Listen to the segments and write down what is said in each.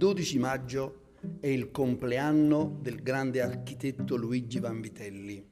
12 maggio è il compleanno del grande architetto Luigi Vanvitelli,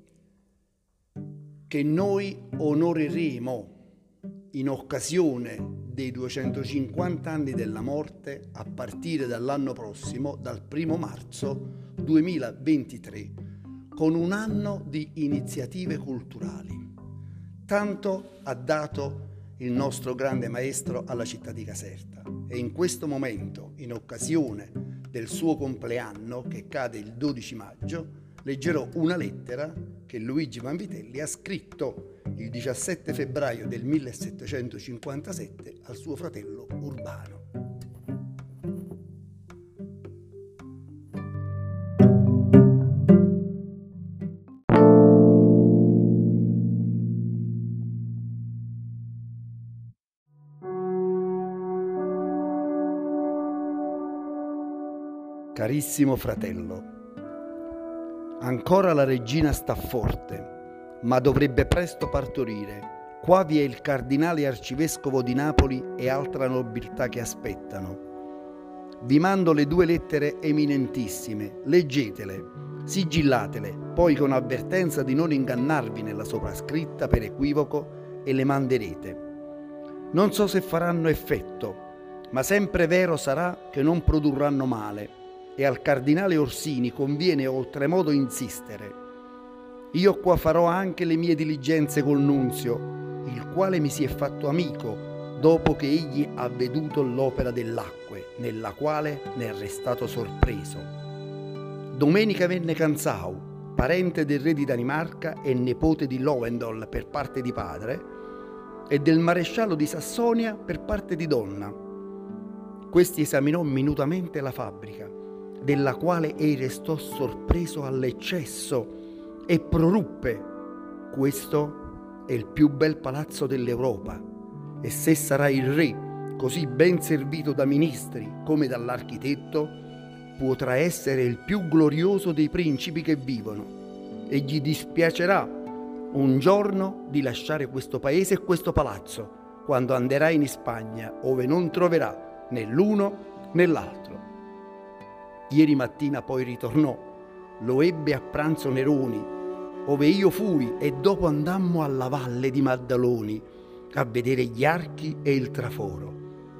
che noi onoreremo in occasione dei 250 anni della morte a partire dall'anno prossimo, dal 1 marzo 2023, con un anno di iniziative culturali. Tanto ha dato il nostro grande maestro alla città di Caserta e in questo momento, in occasione del suo compleanno che cade il 12 maggio, leggerò una lettera che Luigi Vanvitelli ha scritto il 17 febbraio del 1757 al suo fratello Urbano. Carissimo fratello, ancora la regina sta forte, ma dovrebbe presto partorire. Qua vi è il cardinale arcivescovo di Napoli e altra nobiltà che aspettano. Vi mando le 2 lettere eminentissime, leggetele, sigillatele, poi con avvertenza di non ingannarvi nella soprascritta per equivoco e le manderete. Non so se faranno effetto, ma sempre vero sarà che non produrranno male. E al cardinale Orsini conviene oltremodo insistere. Io qua farò anche le mie diligenze col nunzio, il quale mi si è fatto amico dopo che egli ha veduto l'opera dell'acque, nella quale ne è restato sorpreso. Domenica venne Canzau, parente del re di Danimarca e nipote di Lovendol per parte di padre, e del maresciallo di Sassonia per parte di donna. Questi esaminò minutamente la fabbrica, della quale ei restò sorpreso all'eccesso e proruppe: questo è il più bel palazzo dell'Europa, e se sarà il re così ben servito da ministri come dall'architetto, potrà essere il più glorioso dei principi che vivono, e gli dispiacerà un giorno di lasciare questo paese e questo palazzo, quando anderà in Spagna, ove non troverà né l'uno né l'altro. Ieri mattina poi ritornò, lo ebbe a pranzo Neroni, ove io fui, e dopo andammo alla valle di Maddaloni a vedere gli archi e il traforo.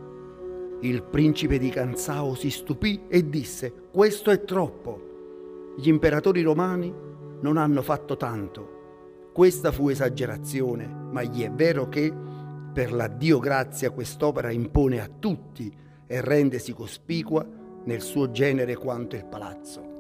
Il principe di Canzao si stupì e disse: questo è troppo. Gli imperatori romani non hanno fatto tanto. Questa fu esagerazione, ma gli è vero che, per la Dio grazia, quest'opera impone a tutti e rendesi cospicua nel suo genere quanto il palazzo.